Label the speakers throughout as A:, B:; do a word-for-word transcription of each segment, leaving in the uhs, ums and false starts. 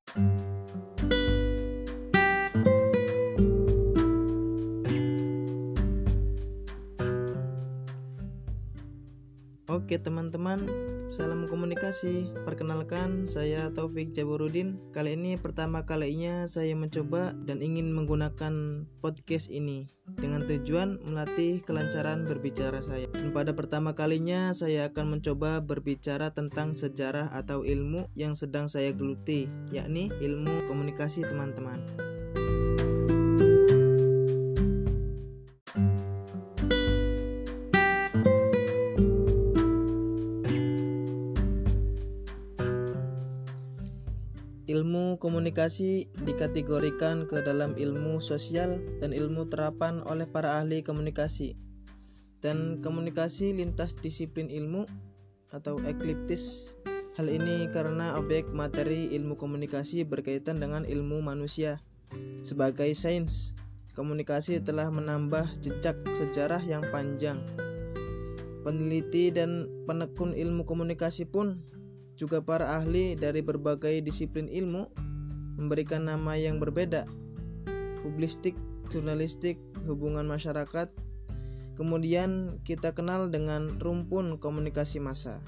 A: Oke teman-teman, salam komunikasi. Perkenalkan, saya Taufik Jaburudin. Kali ini pertama kalinya saya mencoba dan ingin menggunakan podcast ini dengan tujuan melatih kelancaran berbicara saya. Dan pada pertama kalinya saya akan mencoba berbicara tentang sejarah atau ilmu yang sedang saya geluti, yakni ilmu komunikasi teman-teman. Ilmu komunikasi dikategorikan ke dalam ilmu sosial dan ilmu terapan oleh para ahli komunikasi. Dan komunikasi lintas disiplin ilmu atau ekliptis. Hal ini karena objek materi ilmu komunikasi berkaitan dengan ilmu manusia. Sebagai sains, komunikasi telah menambah jejak sejarah yang panjang. Peneliti dan penekun ilmu komunikasi pun juga para ahli dari berbagai disiplin ilmu memberikan nama yang berbeda: publistik, jurnalistik, hubungan masyarakat. Kemudian kita kenal dengan rumpun komunikasi massa.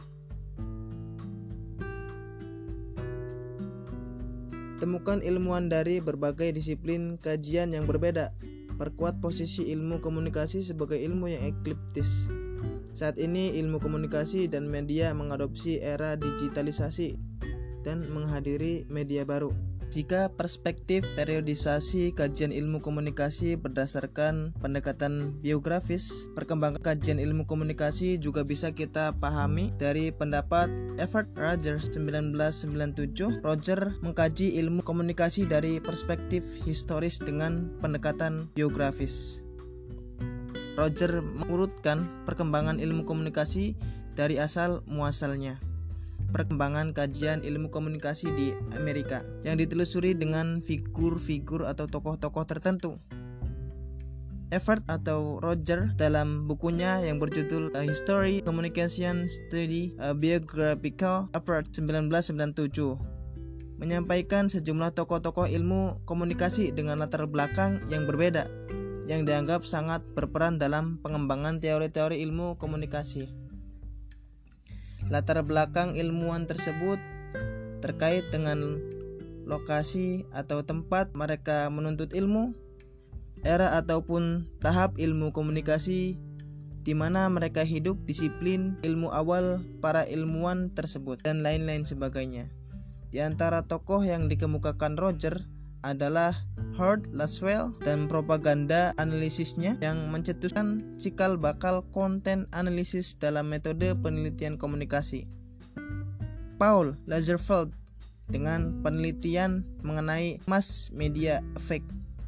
A: Temukan ilmuwan dari berbagai disiplin kajian yang berbeda. Perkuat posisi ilmu komunikasi sebagai ilmu yang ekliptis. Saat ini ilmu komunikasi dan media mengadopsi era digitalisasi dan menghadiri media baru. Jika perspektif periodisasi kajian ilmu komunikasi berdasarkan pendekatan biografis, perkembangan kajian ilmu komunikasi juga bisa kita pahami dari pendapat Everett Rogers sembilan belas sembilan puluh tujuh. Roger mengkaji ilmu komunikasi dari perspektif historis dengan pendekatan biografis. Roger mengurutkan perkembangan ilmu komunikasi dari asal muasalnya. Perkembangan kajian ilmu komunikasi di Amerika yang ditelusuri dengan figur-figur atau tokoh-tokoh tertentu. Everett atau Roger dalam bukunya yang berjudul A History Communication Study A Biographical Approach sembilan belas sembilan puluh tujuh menyampaikan sejumlah tokoh-tokoh ilmu komunikasi dengan latar belakang yang berbeda yang dianggap sangat berperan dalam pengembangan teori-teori ilmu komunikasi. Latar belakang ilmuwan tersebut terkait dengan lokasi atau tempat mereka menuntut ilmu, era ataupun tahap ilmu komunikasi di mana mereka hidup, disiplin ilmu awal para ilmuwan tersebut, dan lain-lain sebagainya. Di antara tokoh yang dikemukakan Roger adalah Howard Laswell dan propaganda analisisnya yang mencetuskan cikal bakal konten analisis dalam metode penelitian komunikasi. Paul Lazarsfeld dengan penelitian mengenai mass media effect.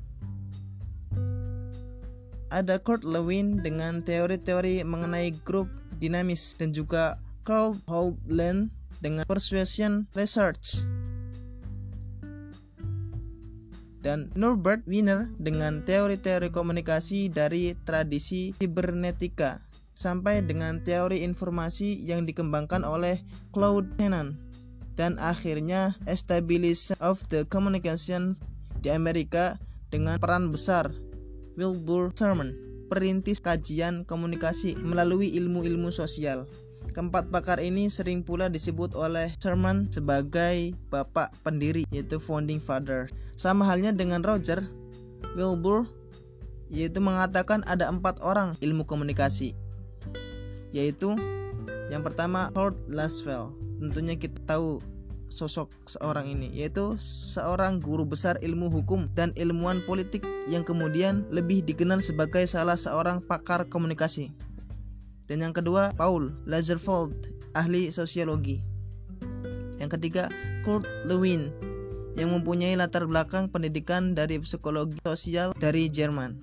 A: Ada Kurt Lewin dengan teori-teori mengenai grup dinamis, dan juga Carl Hoagland dengan persuasion research, dan Norbert Wiener dengan teori-teori komunikasi dari tradisi sibernetika, sampai dengan teori informasi yang dikembangkan oleh Claude Shannon, dan akhirnya Establishment of the Communication di Amerika dengan peran besar Wilbur Sherman, perintis kajian komunikasi melalui ilmu-ilmu sosial. Keempat pakar ini sering pula disebut oleh Sherman sebagai bapak pendiri, yaitu founding father. Sama halnya dengan Roger, Wilbur yaitu mengatakan ada empat orang ilmu komunikasi, yaitu yang pertama Howard Laswell. Tentunya kita tahu sosok seorang ini, yaitu seorang guru besar ilmu hukum dan ilmuwan politik yang kemudian lebih dikenal sebagai salah seorang pakar komunikasi. Dan yang kedua, Paul Lazarsfeld, ahli sosiologi. Yang ketiga, Kurt Lewin, yang mempunyai latar belakang pendidikan dari psikologi sosial dari Jerman.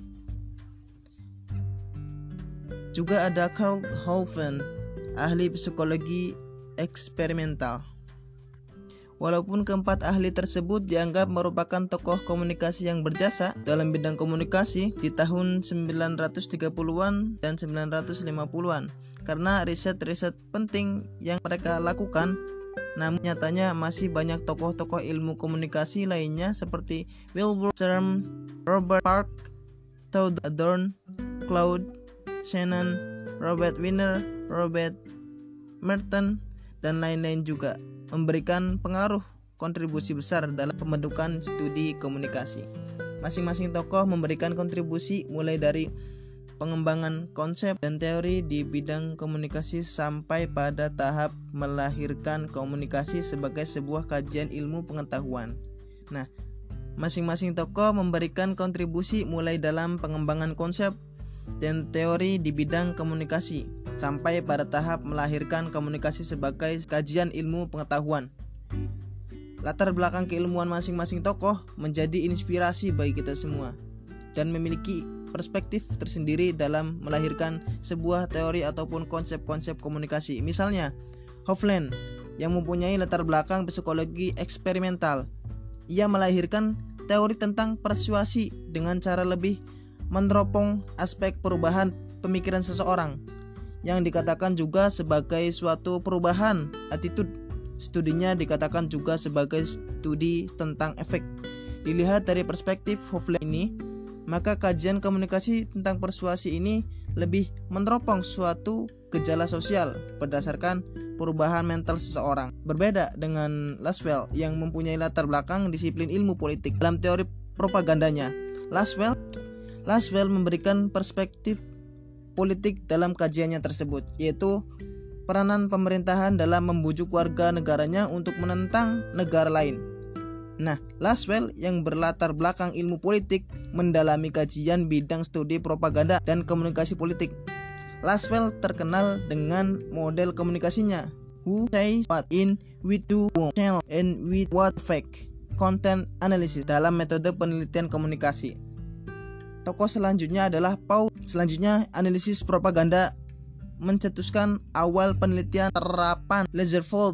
A: Juga ada Carl Hoagland, ahli psikologi eksperimental. Walaupun keempat ahli tersebut dianggap merupakan tokoh komunikasi yang berjasa dalam bidang komunikasi di tahun sembilan ratus tiga puluhan dan sembilan ratus lima puluhan, karena riset-riset penting yang mereka lakukan Namun nyatanya masih banyak tokoh-tokoh ilmu komunikasi lainnya seperti Wilbur Sherm, Robert Park, Todd Adorn, Claude Shannon, Robert Wiener, Robert Merton, dan lain-lain juga memberikan pengaruh kontribusi besar dalam pembentukan studi komunikasi. Masing-masing tokoh memberikan kontribusi mulai dari pengembangan konsep dan teori di bidang komunikasi sampai pada tahap melahirkan komunikasi sebagai sebuah kajian ilmu pengetahuan. Nah, masing-masing tokoh memberikan kontribusi mulai dalam pengembangan konsep dan teori di bidang komunikasi sampai pada tahap melahirkan komunikasi sebagai kajian ilmu pengetahuan. Latar belakang keilmuan masing-masing tokoh menjadi inspirasi bagi kita semua dan memiliki perspektif tersendiri dalam melahirkan sebuah teori ataupun konsep-konsep komunikasi. Misalnya, Hofland yang mempunyai latar belakang psikologi eksperimental. Ia melahirkan teori tentang persuasi dengan cara lebih meneropong aspek perubahan pemikiran seseorang yang dikatakan juga sebagai suatu perubahan attitude. Studinya dikatakan juga sebagai studi tentang efek. Dilihat dari perspektif Hofland ini, maka kajian komunikasi tentang persuasi ini lebih meneropong suatu gejala sosial berdasarkan perubahan mental seseorang. Berbeda dengan Laswell yang mempunyai latar belakang disiplin ilmu politik. Dalam teori propagandanya, Laswell Laswell memberikan perspektif politik dalam kajiannya tersebut, yaitu peranan pemerintahan dalam membujuk warga negaranya untuk menentang negara lain. Nah, Laswell yang berlatar belakang ilmu politik mendalami kajian bidang studi propaganda dan komunikasi politik. Laswell terkenal dengan model komunikasinya, who says what in, with who, channel, and with what effect, content analysis dalam metode penelitian komunikasi. Tokoh selanjutnya adalah Paul. Selanjutnya, analisis propaganda mencetuskan awal penelitian terapan Lagerfeld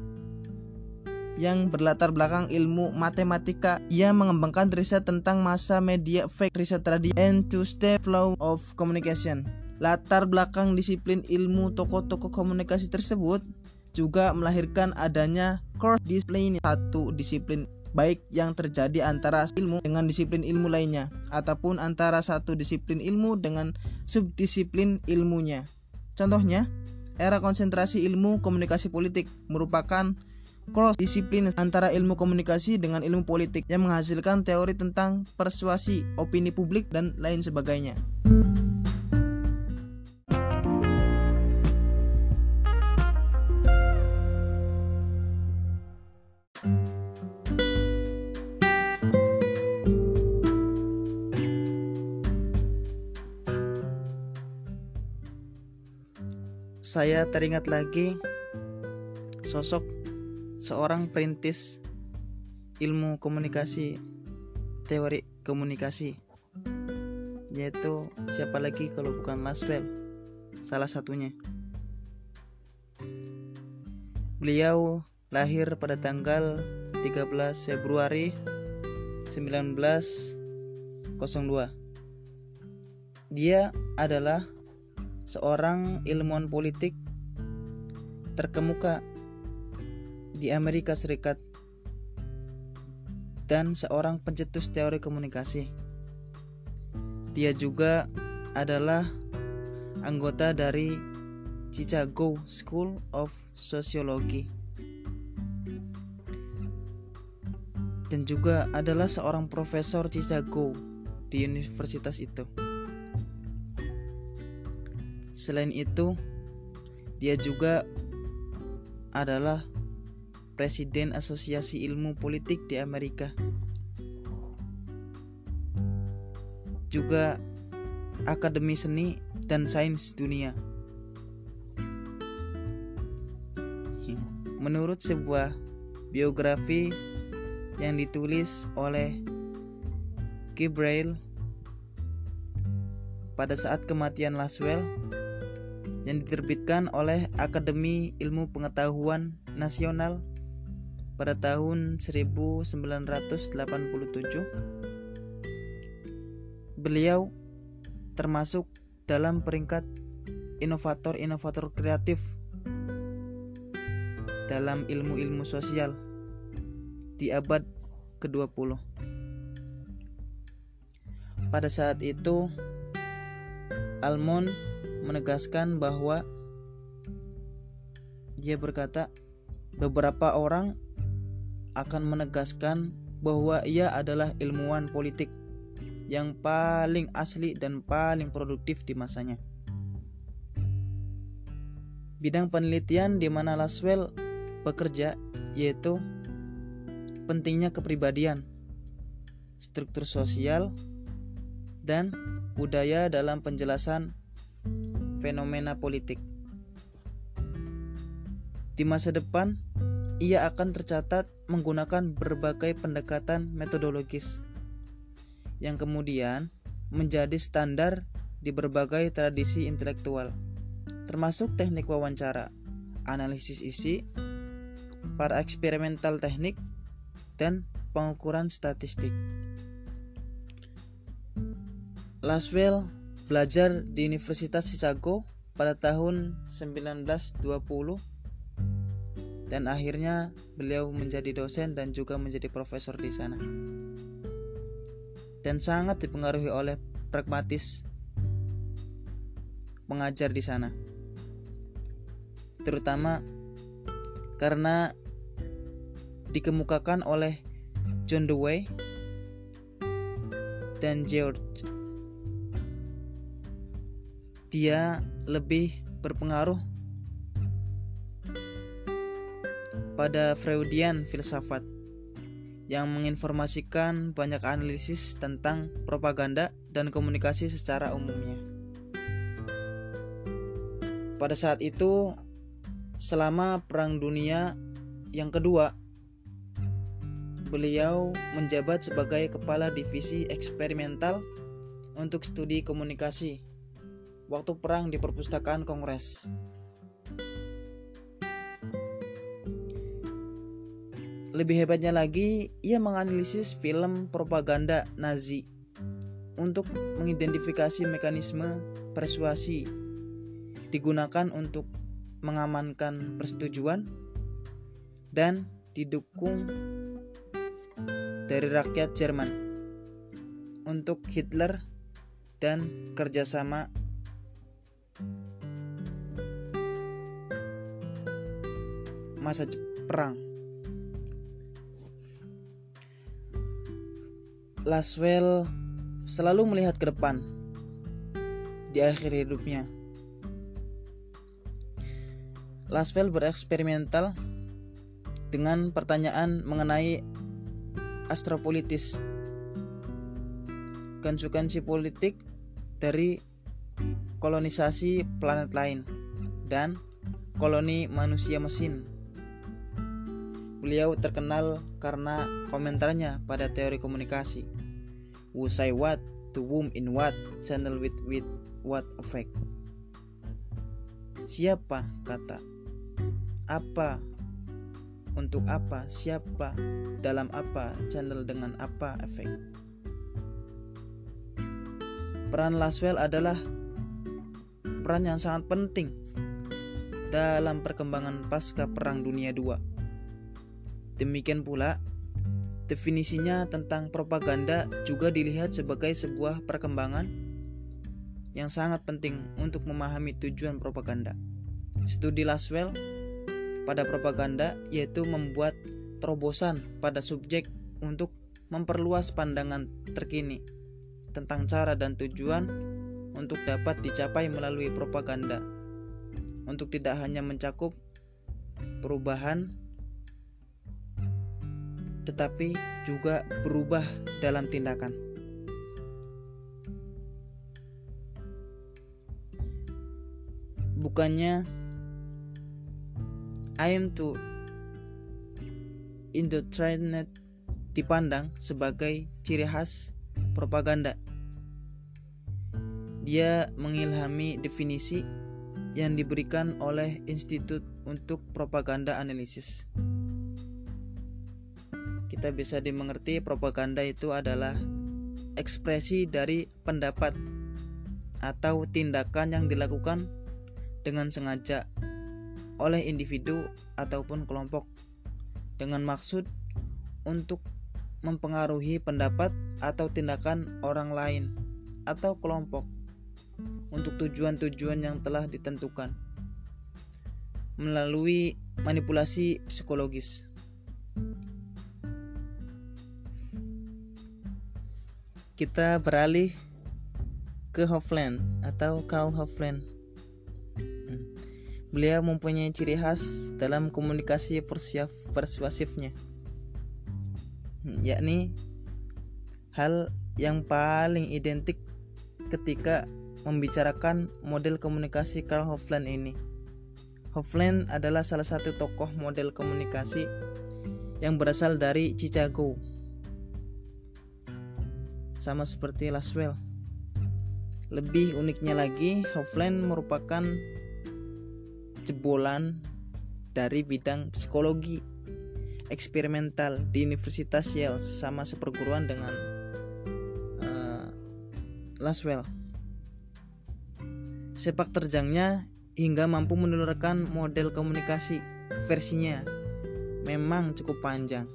A: yang berlatar belakang ilmu matematika. Ia mengembangkan riset tentang massa media effect, riset tradisi, and two-step flow of communication. Latar belakang disiplin ilmu tokoh-tokoh komunikasi tersebut juga melahirkan adanya cross discipline, satu disiplin baik yang terjadi antara ilmu dengan disiplin ilmu lainnya ataupun antara satu disiplin ilmu dengan subdisiplin ilmunya. Contohnya, era konsentrasi ilmu komunikasi politik merupakan cross disiplin antara ilmu komunikasi dengan ilmu politik yang menghasilkan teori tentang persuasi, opini publik, dan lain sebagainya. Saya teringat lagi sosok seorang perintis ilmu komunikasi, teori komunikasi, yaitu siapa lagi kalau bukan Laswell, salah satunya. Beliau lahir pada tanggal tiga belas Februari sembilan belas nol dua. Dia adalah seorang ilmuwan politik terkemuka di Amerika Serikat dan seorang pencetus teori komunikasi. Dia juga adalah anggota dari Chicago School of Sociology dan juga adalah seorang profesor Chicago di universitas itu. Selain itu, dia juga adalah Presiden Asosiasi Ilmu Politik di Amerika. Juga Akademi Seni dan Sains Dunia. Menurut sebuah biografi yang ditulis oleh Gabriel pada saat kematian Laswell, yang diterbitkan oleh Akademi Ilmu Pengetahuan Nasional pada tahun seribu sembilan ratus delapan puluh tujuh. Beliau termasuk dalam peringkat inovator-inovator kreatif dalam ilmu-ilmu sosial di abad kedua puluh. Pada saat itu, Almond menegaskan bahwa dia berkata, beberapa orang akan menegaskan bahwa ia adalah ilmuwan politik yang paling asli dan paling produktif di masanya. Bidang penelitian di mana Laswell bekerja yaitu pentingnya kepribadian, struktur sosial, dan budaya dalam penjelasan fenomena politik. Di masa depan, ia akan tercatat menggunakan berbagai pendekatan metodologis yang kemudian menjadi standar di berbagai tradisi intelektual, termasuk teknik wawancara, analisis isi, para eksperimental teknik, dan pengukuran statistik. Laswell belajar di Universitas Chicago pada tahun sembilan belas dua puluh dan akhirnya beliau menjadi dosen dan juga menjadi profesor di sana. Dan sangat dipengaruhi oleh pragmatis mengajar di sana. Terutama karena dikemukakan oleh John Dewey dan George. Dia lebih berpengaruh pada Freudian filsafat yang menginformasikan banyak analisis tentang propaganda dan komunikasi secara umumnya. Pada saat itu, selama Perang Dunia yang kedua, beliau menjabat sebagai kepala divisi eksperimental untuk studi komunikasi waktu perang di Perpustakaan Kongres. Lebih hebatnya lagi, ia menganalisis film propaganda Nazi untuk mengidentifikasi mekanisme persuasi digunakan untuk mengamankan persetujuan dan didukung dari rakyat Jerman untuk Hitler dan kerjasama masa perang. Laswell selalu melihat ke depan di akhir hidupnya. Laswell bereksperimental dengan pertanyaan mengenai astropolitis, konsekuensi politik dari kolonisasi planet lain, dan koloni manusia mesin. Beliau terkenal karena komentarnya pada teori komunikasi. Who say what, to whom, in what, channel with with what effect. Siapa kata, apa, untuk apa, siapa, dalam apa, channel dengan apa, efek. Peran Laswell adalah peran yang sangat penting dalam perkembangan pasca Perang Dunia kedua. Demikian pula, definisinya tentang propaganda juga dilihat sebagai sebuah perkembangan yang sangat penting untuk memahami tujuan propaganda. Studi Laswell pada propaganda yaitu membuat terobosan pada subjek untuk memperluas pandangan terkini tentang cara dan tujuan untuk dapat dicapai melalui propaganda, untuk tidak hanya mencakup perubahan tetapi juga berubah dalam tindakan. Bukannya aim to indoctrinate dipandang sebagai ciri khas propaganda. Dia mengilhami definisi yang diberikan oleh Institut untuk Propaganda Analisis. Kita bisa dimengerti propaganda itu adalah ekspresi dari pendapat atau tindakan yang dilakukan dengan sengaja
B: oleh individu ataupun kelompok dengan maksud untuk mempengaruhi pendapat atau tindakan orang lain atau kelompok untuk tujuan-tujuan yang telah ditentukan melalui manipulasi psikologis. Kita beralih ke Hoffland atau Karl Hoffland. Beliau mempunyai ciri khas dalam komunikasi persuasifnya, yakni hal yang paling identik ketika membicarakan model komunikasi Karl Hoffland ini. Hoffland adalah salah satu tokoh model komunikasi yang berasal dari Chicago, sama seperti Laswell. Lebih uniknya lagi, Hoffland merupakan jebolan dari bidang psikologi eksperimental di Universitas Yale, sama seperguruan dengan uh, Laswell. Sepak terjangnya hingga mampu menularkan model komunikasi versinya memang cukup panjang.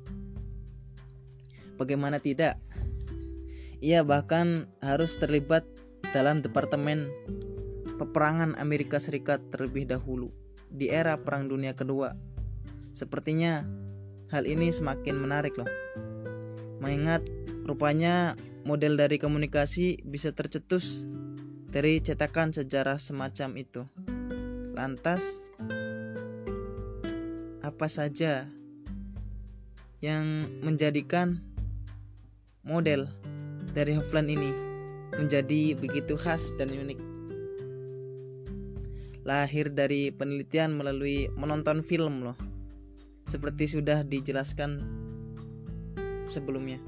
B: Bagaimana tidak? Ia bahkan harus terlibat dalam Departemen Peperangan Amerika Serikat terlebih dahulu di era Perang Dunia Kedua. Sepertinya hal ini semakin menarik loh, mengingat rupanya model dari komunikasi bisa tercetus dari cetakan sejarah semacam itu. Lantas, apa saja yang menjadikan model dari Hoffland ini menjadi begitu khas dan unik? Lahir dari penelitian melalui menonton film loh, seperti sudah dijelaskan sebelumnya.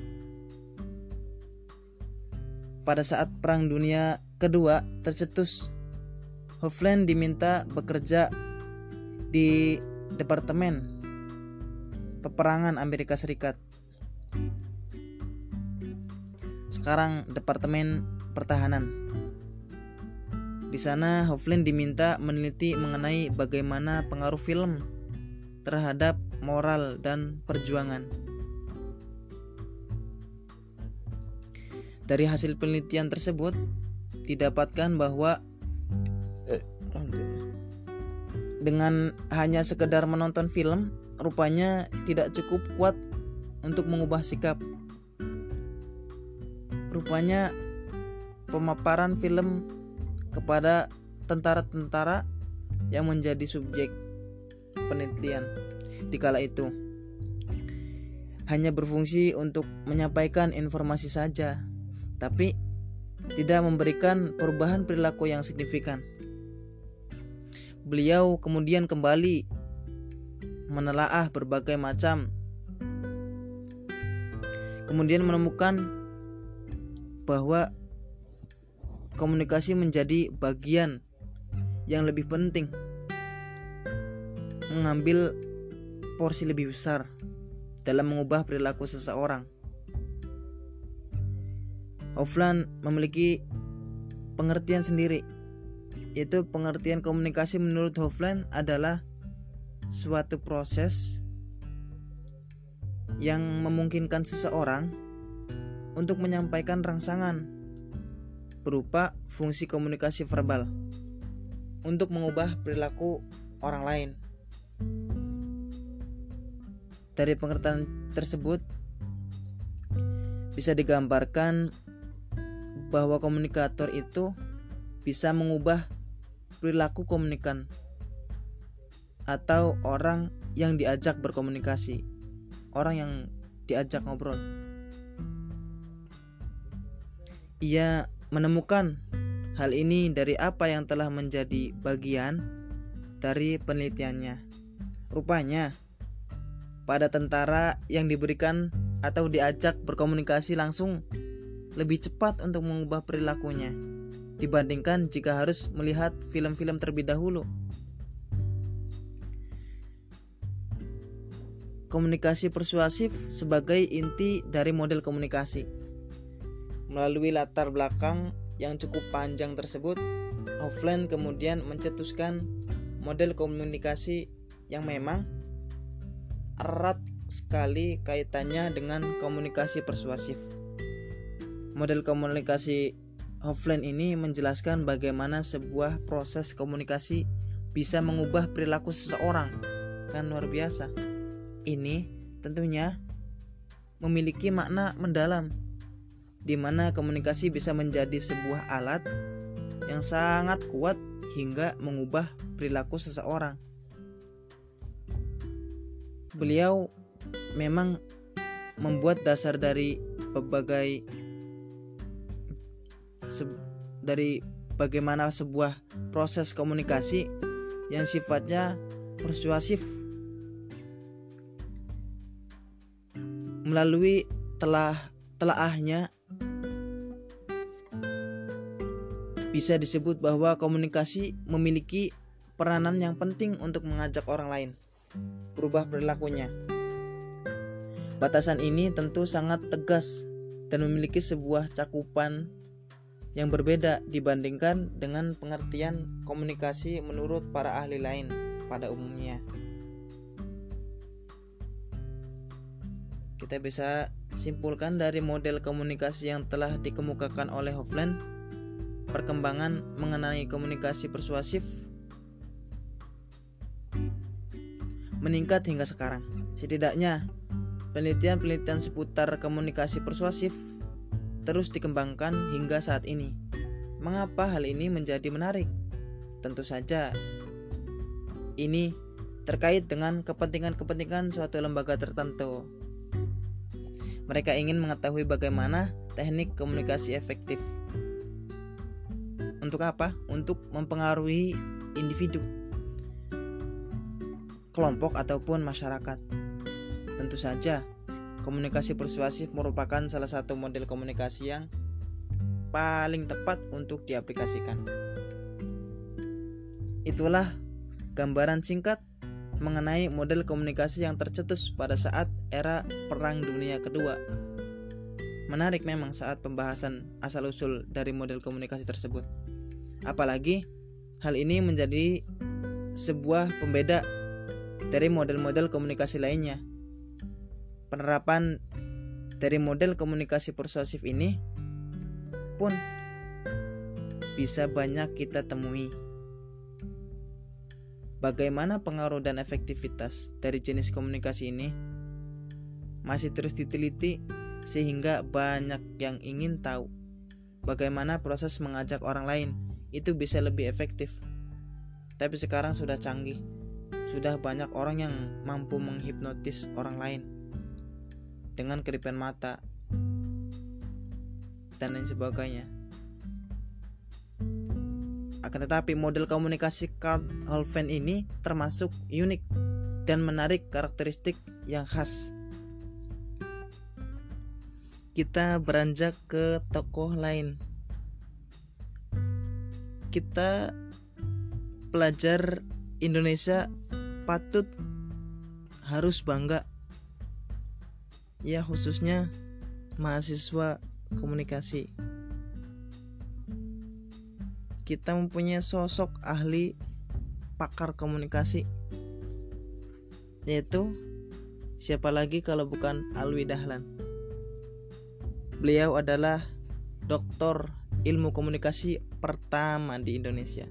B: Pada saat Perang Dunia Kedua tercetus, Hoffland diminta bekerja di Departemen Peperangan Amerika Serikat, sekarang Departemen Pertahanan. Di sana Hoffland diminta meneliti mengenai bagaimana pengaruh film terhadap moral dan perjuangan. Dari hasil penelitian tersebut didapatkan bahwa dengan hanya sekedar menonton film rupanya tidak cukup kuat untuk mengubah sikap. Rupanya pemaparan film kepada tentara-tentara yang menjadi subjek penelitian di kala itu hanya berfungsi untuk menyampaikan informasi saja, tapi tidak memberikan perubahan perilaku yang signifikan. Beliau kemudian kembali menelaah berbagai macam, kemudian menemukan bahwa komunikasi menjadi bagian yang lebih penting, mengambil porsi lebih besar dalam mengubah perilaku seseorang. Hoffland memiliki pengertian sendiri, yaitu pengertian komunikasi menurut Hoffland adalah suatu proses yang memungkinkan seseorang untuk menyampaikan rangsangan berupa fungsi komunikasi verbal untuk mengubah perilaku orang lain. Dari pengertian tersebut bisa digambarkan bahwa komunikator itu bisa mengubah perilaku komunikan atau orang yang diajak berkomunikasi, orang yang diajak ngobrol. Ia menemukan hal ini dari apa yang telah menjadi bagian dari penelitiannya. Rupanya pada tentara yang diberikan atau diajak berkomunikasi langsung lebih cepat untuk mengubah perilakunya dibandingkan jika harus melihat film-film terlebih dahulu. Komunikasi persuasif sebagai inti dari model komunikasi. Melalui latar belakang yang cukup panjang tersebut, Hoffland kemudian mencetuskan model komunikasi yang memang erat sekali kaitannya dengan komunikasi persuasif. Model komunikasi Hofland ini menjelaskan bagaimana sebuah proses komunikasi bisa mengubah perilaku seseorang. Kan luar biasa. Ini tentunya memiliki makna mendalam, di mana komunikasi bisa menjadi sebuah alat yang sangat kuat hingga mengubah perilaku seseorang. Beliau memang membuat dasar dari berbagai se, dari bagaimana sebuah proses komunikasi yang sifatnya persuasif. Melalui telah telaahnya bisa disebut bahwa komunikasi memiliki peranan yang penting untuk mengajak orang lain berubah perilakunya. Batasan ini tentu sangat tegas dan memiliki sebuah cakupan yang berbeda dibandingkan dengan pengertian komunikasi menurut para ahli lain pada umumnya. Kita bisa simpulkan dari model komunikasi yang telah dikemukakan oleh Hofland, perkembangan mengenai komunikasi persuasif meningkat hingga sekarang. Setidaknya penelitian-penelitian seputar komunikasi persuasif terus dikembangkan hingga saat ini. Mengapa hal ini menjadi menarik? Tentu saja ini terkait dengan kepentingan-kepentingan suatu lembaga tertentu. Mereka ingin mengetahui bagaimana teknik komunikasi efektif. Untuk apa? Untuk mempengaruhi individu, kelompok ataupun masyarakat. Tentu saja komunikasi persuasif merupakan salah satu model komunikasi yang paling tepat untuk diaplikasikan. Itulah gambaran singkat mengenai model komunikasi yang tercetus pada saat era Perang Dunia Kedua. Menarik memang saat pembahasan asal-usul dari model komunikasi tersebut. Apalagi hal ini menjadi sebuah pembeda dari model-model komunikasi lainnya. Penerapan dari model komunikasi persuasif ini pun bisa banyak kita temui. Bagaimana pengaruh dan efektivitas dari jenis komunikasi ini masih terus diteliti, sehingga banyak yang ingin tahu bagaimana proses mengajak orang lain itu bisa lebih efektif. Tapi sekarang sudah canggih, sudah banyak orang yang mampu menghipnotis orang lain dengan kedipan mata dan lain sebagainya. Akan tetapi model komunikasi Carl Hofland ini termasuk unik dan menarik karakteristik yang khas. Kita beranjak ke tokoh lain. Kita pelajar Indonesia patut harus bangga, ya khususnya mahasiswa komunikasi. Kita mempunyai sosok ahli pakar komunikasi, yaitu siapa lagi kalau bukan Alwi Dahlan. Beliau adalah doktor ilmu komunikasi pertama di Indonesia.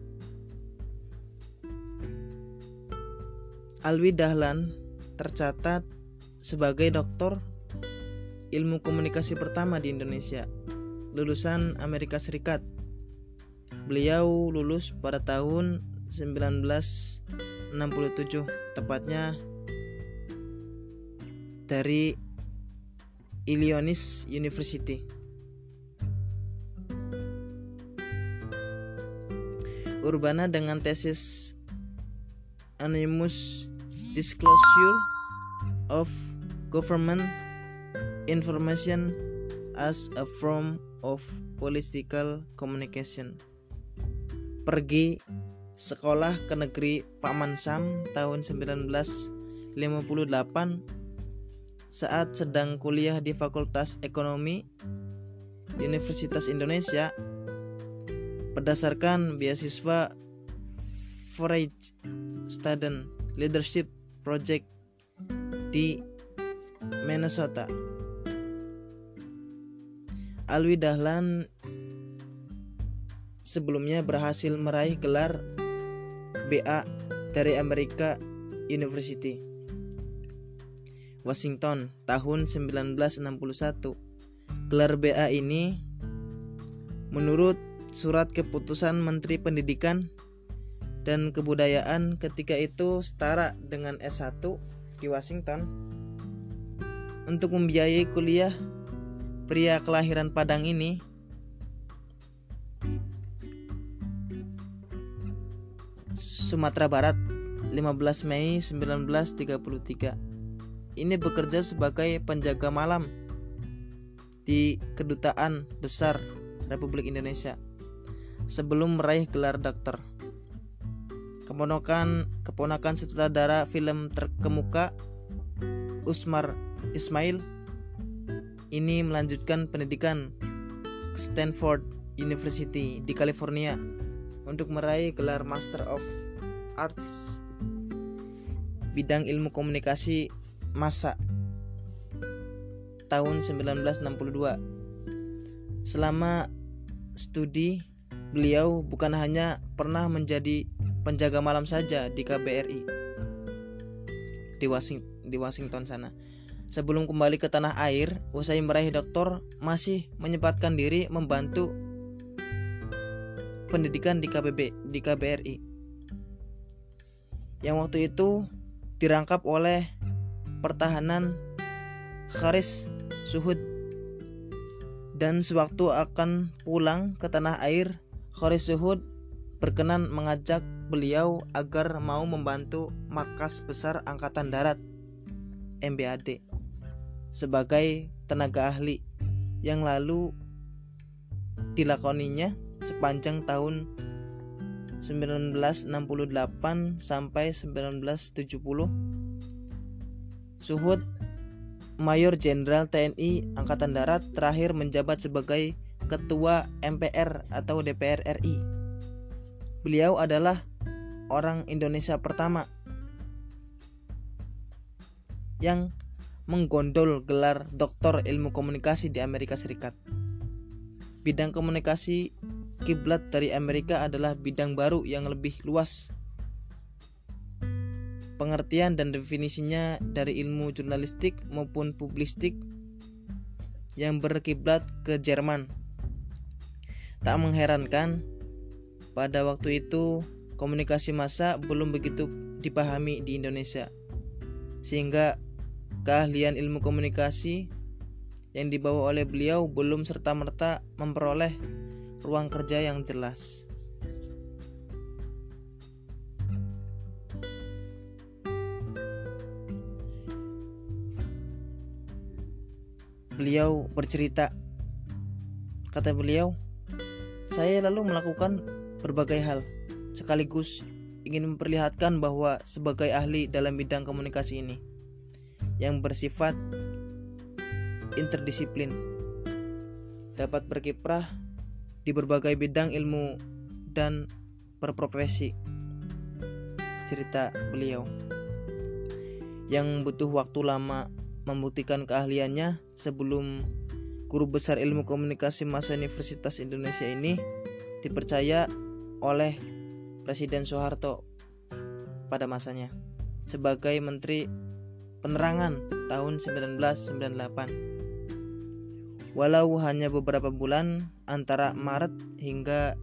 B: Alwi Dahlan tercatat sebagai doktor ilmu komunikasi pertama di Indonesia, lulusan Amerika Serikat. Beliau lulus pada tahun sembilan belas enam puluh tujuh, tepatnya dari Illinois University. Urbana dengan tesis Anonymous Disclosure of Government Information as a Form of Political Communication. Pergi sekolah ke negeri Paman Sam tahun sembilan belas lima puluh delapan saat sedang kuliah di Fakultas Ekonomi Universitas Indonesia berdasarkan beasiswa
A: Forage Student Leadership Project di Minnesota. Alwi Dahlan sebelumnya berhasil meraih gelar B A dari American University Washington tahun sembilan belas enam puluh satu. Gelar B A ini menurut surat keputusan Menteri Pendidikan dan Kebudayaan ketika itu setara dengan S satu di Washington. Untuk membiayai kuliah pria kelahiran Padang ini, Sumatera Barat, lima belas Mei sembilan belas tiga puluh tiga. Ini bekerja sebagai penjaga malam di Kedutaan Besar Republik Indonesia sebelum meraih gelar dokter. Keponakan keponakan sutradara film terkemuka Usmar Ismail ini melanjutkan pendidikan ke Stanford University di California untuk meraih gelar Master of Arts bidang ilmu komunikasi massa tahun sembilan belas enam puluh dua. Selama studi, beliau bukan hanya pernah menjadi penjaga malam saja di K B R I di Washington, di Washington sana. Sebelum kembali ke tanah air, usai meraih doktor, masih menyempatkan diri membantu pendidikan di K B B, di K B R I. Yang waktu itu dirangkap oleh pertahanan Kharis Suhud, dan sewaktu akan pulang ke tanah air, Kharis Suhud berkenan mengajak beliau agar mau membantu Markas Besar Angkatan Darat M B A D sebagai tenaga ahli yang lalu dilakoninya sepanjang tahun sembilan belas enam puluh delapan sampai sembilan belas tujuh puluh. Suhud, Mayor Jenderal T N I Angkatan Darat, terakhir menjabat sebagai Ketua M P R atau D P R R I. Beliau adalah orang Indonesia pertama yang menggondol gelar Doktor Ilmu Komunikasi di Amerika Serikat. Bidang komunikasi kiblat dari Amerika adalah bidang baru yang lebih luas. Pengertian dan definisinya dari ilmu jurnalistik maupun publistik yang berkiblat ke Jerman. Tak mengherankan, pada waktu itu komunikasi massa belum begitu dipahami di Indonesia, sehingga keahlian ilmu komunikasi yang dibawa oleh beliau belum serta-merta memperoleh ruang kerja yang jelas. Beliau bercerita, kata beliau, saya lalu melakukan berbagai hal, sekaligus ingin memperlihatkan bahwa sebagai ahli dalam bidang komunikasi ini yang bersifat interdisiplin dapat berkiprah di berbagai bidang ilmu dan berprofesi. Cerita beliau yang butuh waktu lama membuktikan keahliannya sebelum guru besar ilmu komunikasi massa Universitas Indonesia ini dipercaya oleh Presiden Soeharto pada masanya sebagai Menteri Penerangan tahun sembilan belas sembilan puluh delapan. Walau hanya beberapa bulan antara Maret hingga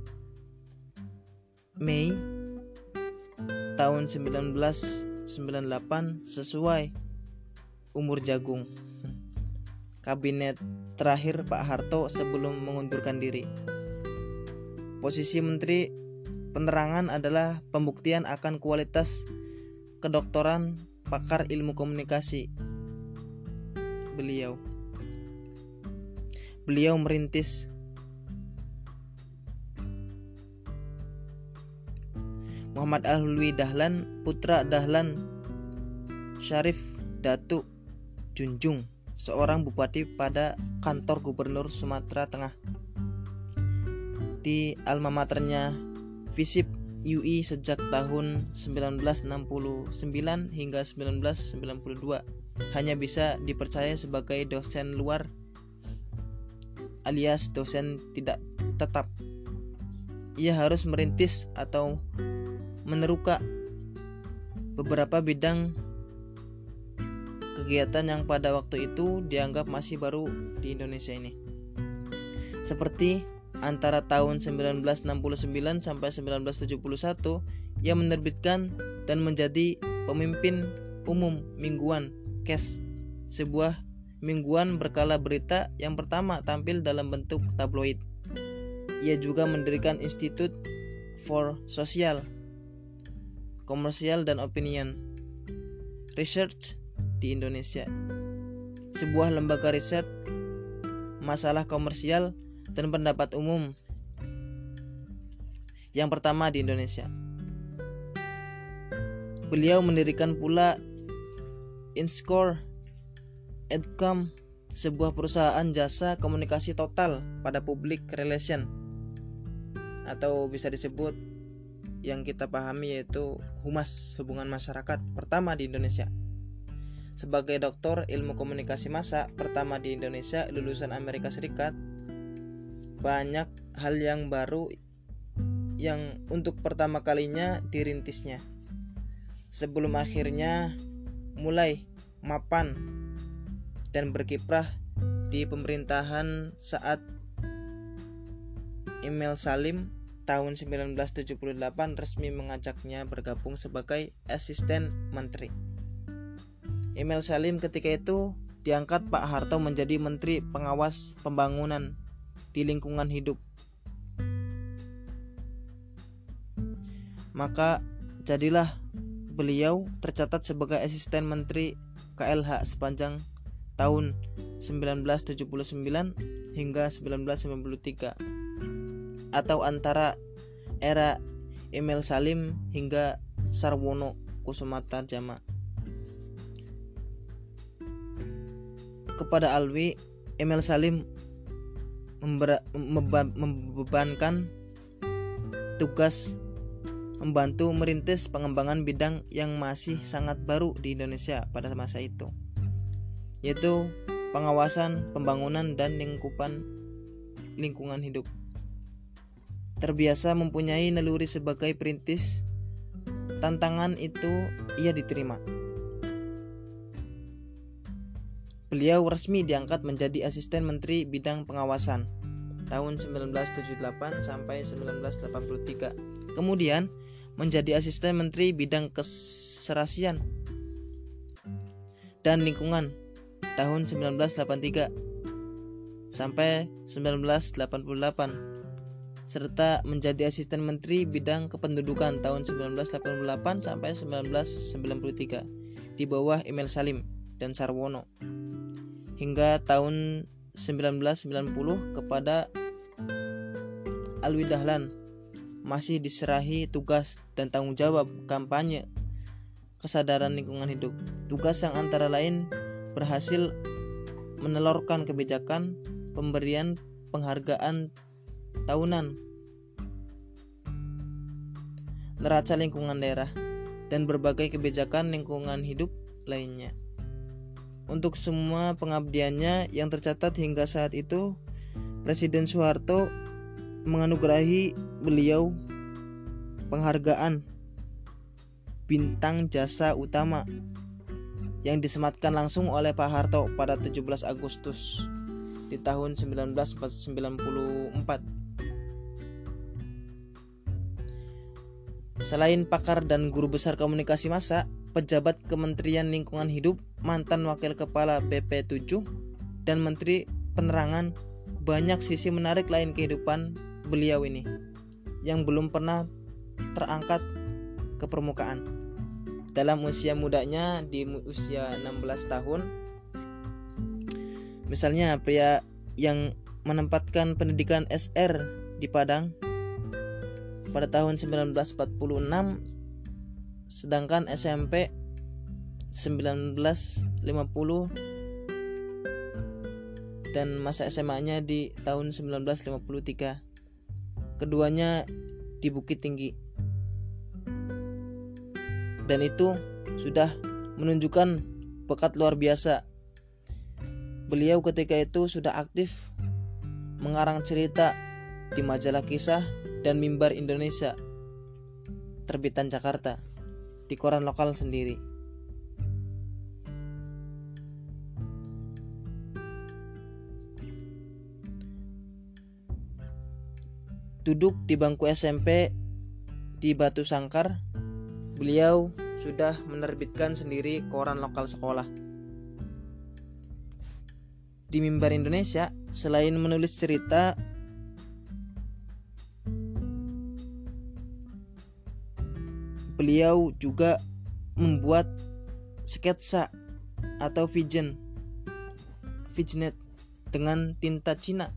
A: Mei tahun sembilan belas sembilan puluh delapan sesuai umur jagung kabinet terakhir Pak Harto sebelum mengundurkan diri. Posisi Menteri Penerangan adalah pembuktian akan kualitas kedoktoran pakar ilmu komunikasi beliau. Beliau merintis Muhammad Alwi Dahlan, putra Dahlan Syarif Datuk Junjung, seorang bupati pada kantor gubernur Sumatera Tengah. Di alma maternya FISIP
B: U I sejak tahun sembilan belas enam puluh sembilan hingga sembilan belas sembilan puluh dua hanya bisa dipercaya sebagai dosen luar alias dosen tidak tetap. Ia harus merintis atau meneruka beberapa bidang kegiatan yang pada waktu itu dianggap masih baru di Indonesia ini. Seperti antara tahun sembilan belas enam puluh sembilan sampai sembilan belas tujuh puluh satu ia menerbitkan dan menjadi pemimpin umum mingguan Kes, sebuah mingguan berkala berita yang pertama tampil dalam bentuk tabloid. Ia juga mendirikan Institute for Social, Commercial dan Opinion Research di Indonesia, sebuah lembaga riset masalah komersial dan pendapat umum yang pertama di Indonesia. Beliau mendirikan pula InScore Edcom, sebuah perusahaan jasa komunikasi total pada public relation, atau bisa disebut yang kita pahami yaitu humas, hubungan masyarakat pertama di Indonesia. Sebagai doktor ilmu komunikasi massa pertama di Indonesia lulusan Amerika Serikat, banyak hal yang baru yang untuk pertama kalinya dirintisnya, sebelum akhirnya mulai mapan dan berkiprah di pemerintahan saat Emil Salim tahun sembilan belas tujuh puluh delapan resmi mengajaknya bergabung sebagai asisten menteri. Emil Salim ketika itu diangkat Pak Harto menjadi Menteri Pengawas Pembangunan di Lingkungan Hidup. Maka jadilah beliau tercatat sebagai asisten menteri K L H sepanjang tahun sembilan belas tujuh puluh sembilan hingga sembilan belas sembilan puluh tiga, atau antara era Emil Salim hingga Sarwono Kusumatarjama. Kepada Alwi, Emil Salim member- membe- membebankan tugas membantu merintis pengembangan bidang yang masih sangat baru di Indonesia pada masa itu, yaitu pengawasan, pembangunan, dan lingkupan lingkungan hidup. Terbiasa mempunyai naluri sebagai perintis, tantangan itu ia diterima. Beliau resmi diangkat menjadi asisten menteri bidang pengawasan tahun sembilan belas tujuh puluh delapan sampai sembilan belas delapan puluh tiga. Kemudian menjadi asisten menteri bidang keserasian dan lingkungan tahun sembilan belas delapan puluh tiga sampai sembilan belas delapan puluh delapan, serta menjadi asisten menteri bidang kependudukan tahun sembilan belas delapan puluh delapan sampai sembilan belas sembilan puluh tiga di bawah Emil Salim dan Sarwono, hingga tahun sembilan belas sembilan puluh kepada Alwi Dahlan masih diserahi tugas dan tanggung jawab kampanye kesadaran lingkungan hidup. Tugas yang antara lain berhasil menelurkan kebijakan pemberian penghargaan tahunan neraca lingkungan daerah dan berbagai kebijakan lingkungan hidup lainnya. Untuk semua pengabdiannya yang tercatat hingga saat itu, Presiden Soeharto menganugerahi beliau penghargaan Bintang Jasa Utama yang disematkan langsung oleh Pak Harto pada tujuh belas Agustus di tahun sembilan belas sembilan puluh empat. Selain pakar dan guru besar komunikasi massa, pejabat Kementerian Lingkungan Hidup, mantan wakil kepala B P tujuh, dan Menteri Penerangan, banyak sisi menarik lain kehidupan beliau ini yang belum pernah terangkat ke permukaan. Dalam usia mudanya, di usia enam belas tahun, misalnya pria yang menempatkan pendidikan S R di Padang pada tahun sembilan belas empat puluh enam, sedangkan S M P sembilan belas lima puluh dan masa S M A-nya di tahun sembilan belas lima puluh tiga. Keduanya di Bukit Tinggi. dan itu sudah menunjukkan bakat luar biasa. Beliau ketika itu sudah aktif mengarang cerita di majalah Kisah dan Mimbar Indonesia, terbitan Jakarta, di koran lokal sendiri. Duduk di bangku S M P di Batu Sangkar, beliau sudah menerbitkan sendiri koran lokal sekolah. Di Mimbar Indonesia, selain menulis cerita, beliau juga membuat sketsa atau vision vignette dengan tinta Cina.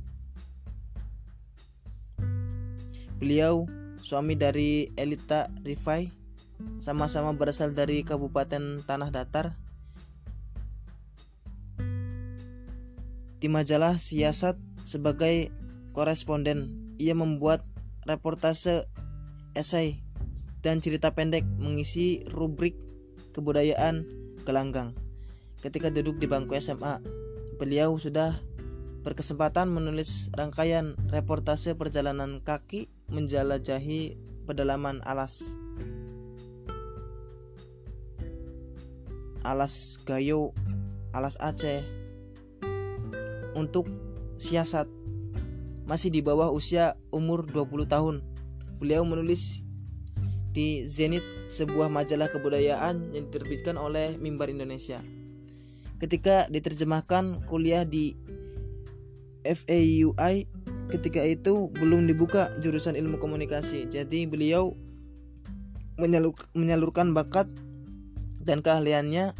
B: Beliau suami dari Elita Rifai, sama-sama berasal dari Kabupaten Tanah Datar. Di majalah Siasat sebagai koresponden, ia membuat reportase, esai, dan cerita pendek mengisi rubrik kebudayaan gelanggang. Ketika duduk di bangku S M A, beliau sudah berkesempatan menulis rangkaian reportase perjalanan kaki menjelajahi pedalaman alas Alas Gayo, Alas Aceh untuk Siasat. Masih di bawah usia umur dua puluh tahun, beliau menulis di Zenit, sebuah majalah kebudayaan yang diterbitkan oleh Mimbar Indonesia. Ketika diterjemahkan kuliah di F A U I, ketika itu belum dibuka jurusan ilmu komunikasi. Jadi beliau menyalur, menyalurkan bakat dan keahliannya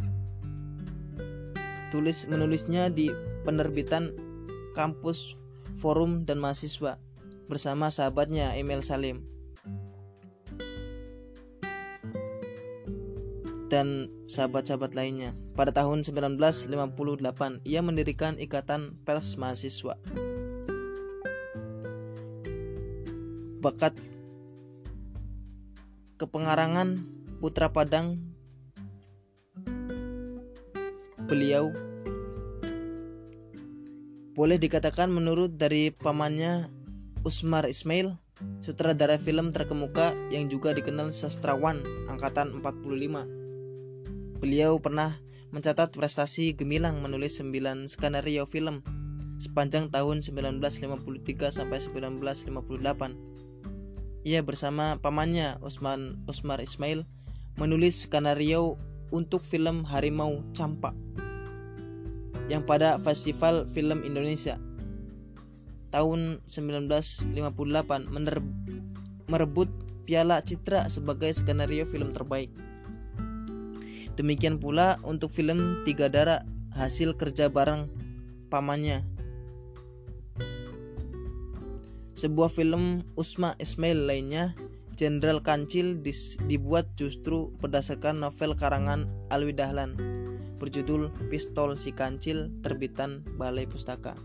B: tulis menulisnya di penerbitan Kampus, Forum, dan Mahasiswa bersama sahabatnya Emil Salim dan sahabat-sahabat lainnya. Pada tahun sembilan belas lima puluh delapan, ia mendirikan Ikatan Pers Mahasiswa. Bakat kepengarangan Putra Padang beliau boleh dikatakan menurut dari pamannya Usmar Ismail, sutradara film terkemuka yang juga dikenal sastrawan angkatan empat puluh lima. Beliau pernah mencatat prestasi gemilang menulis sembilan skenario film sepanjang tahun sembilan belas lima puluh tiga sampai sembilan belas lima puluh delapan. Ia bersama pamannya Usman Usmar Ismail menulis skenario untuk film Harimau Campak yang pada Festival Film Indonesia tahun sembilan belas lima puluh delapan mener- merebut Piala Citra sebagai skenario film terbaik. Demikian pula untuk film Tiga Dara, hasil kerja bareng pamannya. Sebuah film Usma Ismail lainnya, Jenderal Kancil, dis- dibuat justru berdasarkan novel karangan Alwi Dahlan berjudul Pistol Si Kancil, terbitan Balai Pustaka.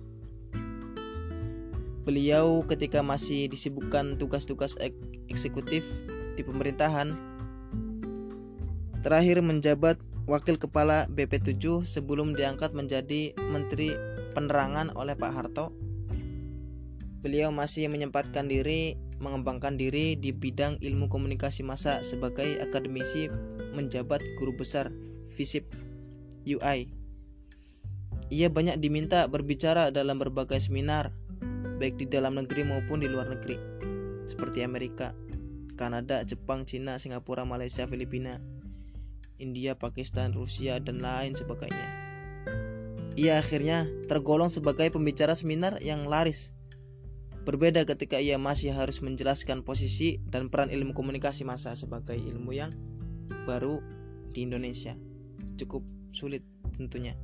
B: Beliau ketika masih disibukkan tugas-tugas ek- eksekutif di pemerintahan, terakhir menjabat Wakil Kepala B P tujuh sebelum diangkat menjadi Menteri Penerangan oleh Pak Harto. Beliau masih menyempatkan diri mengembangkan diri di bidang ilmu komunikasi massa sebagai akademisi, menjabat guru besar FISIP U I. Ia banyak diminta berbicara dalam berbagai seminar, baik di dalam negeri maupun di luar negeri, seperti Amerika, Kanada, Jepang, Cina, Singapura, Malaysia, Filipina, India, Pakistan, Rusia, dan lain sebagainya. Ia akhirnya tergolong sebagai pembicara seminar yang laris. Berbeda ketika ia masih harus menjelaskan posisi dan peran ilmu komunikasi massa sebagai ilmu yang baru di Indonesia. Cukup sulit tentunya.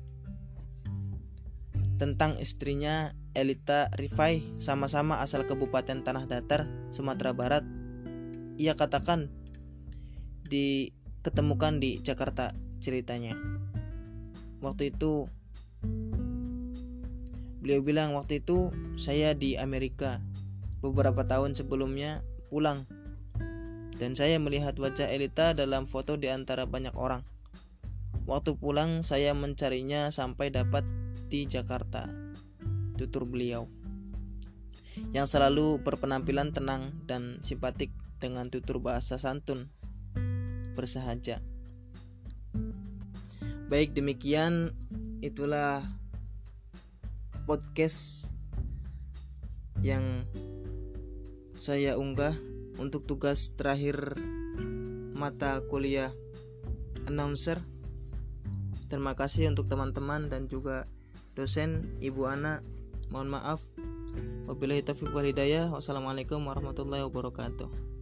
B: Tentang istrinya Elita Rifai, sama-sama asal Kabupaten Tanah Datar, Sumatera Barat, ia katakan diketemukan di Jakarta ceritanya. Waktu itu beliau bilang, waktu itu saya di Amerika, beberapa tahun sebelumnya pulang. dan saya melihat wajah Elita dalam foto di antara banyak orang. Waktu pulang saya mencarinya sampai dapat di Jakarta, tutur beliau, yang selalu berpenampilan tenang dan simpatik dengan tutur bahasa santun bersahaja. Baik, demikian itulah podcast yang saya unggah untuk tugas terakhir mata kuliah announcer. Terima kasih untuk teman-teman dan juga dosen Ibu Ana. Mohon maaf. Wabillahi taufiq wal hidayah. Wassalamualaikum warahmatullahi wabarakatuh.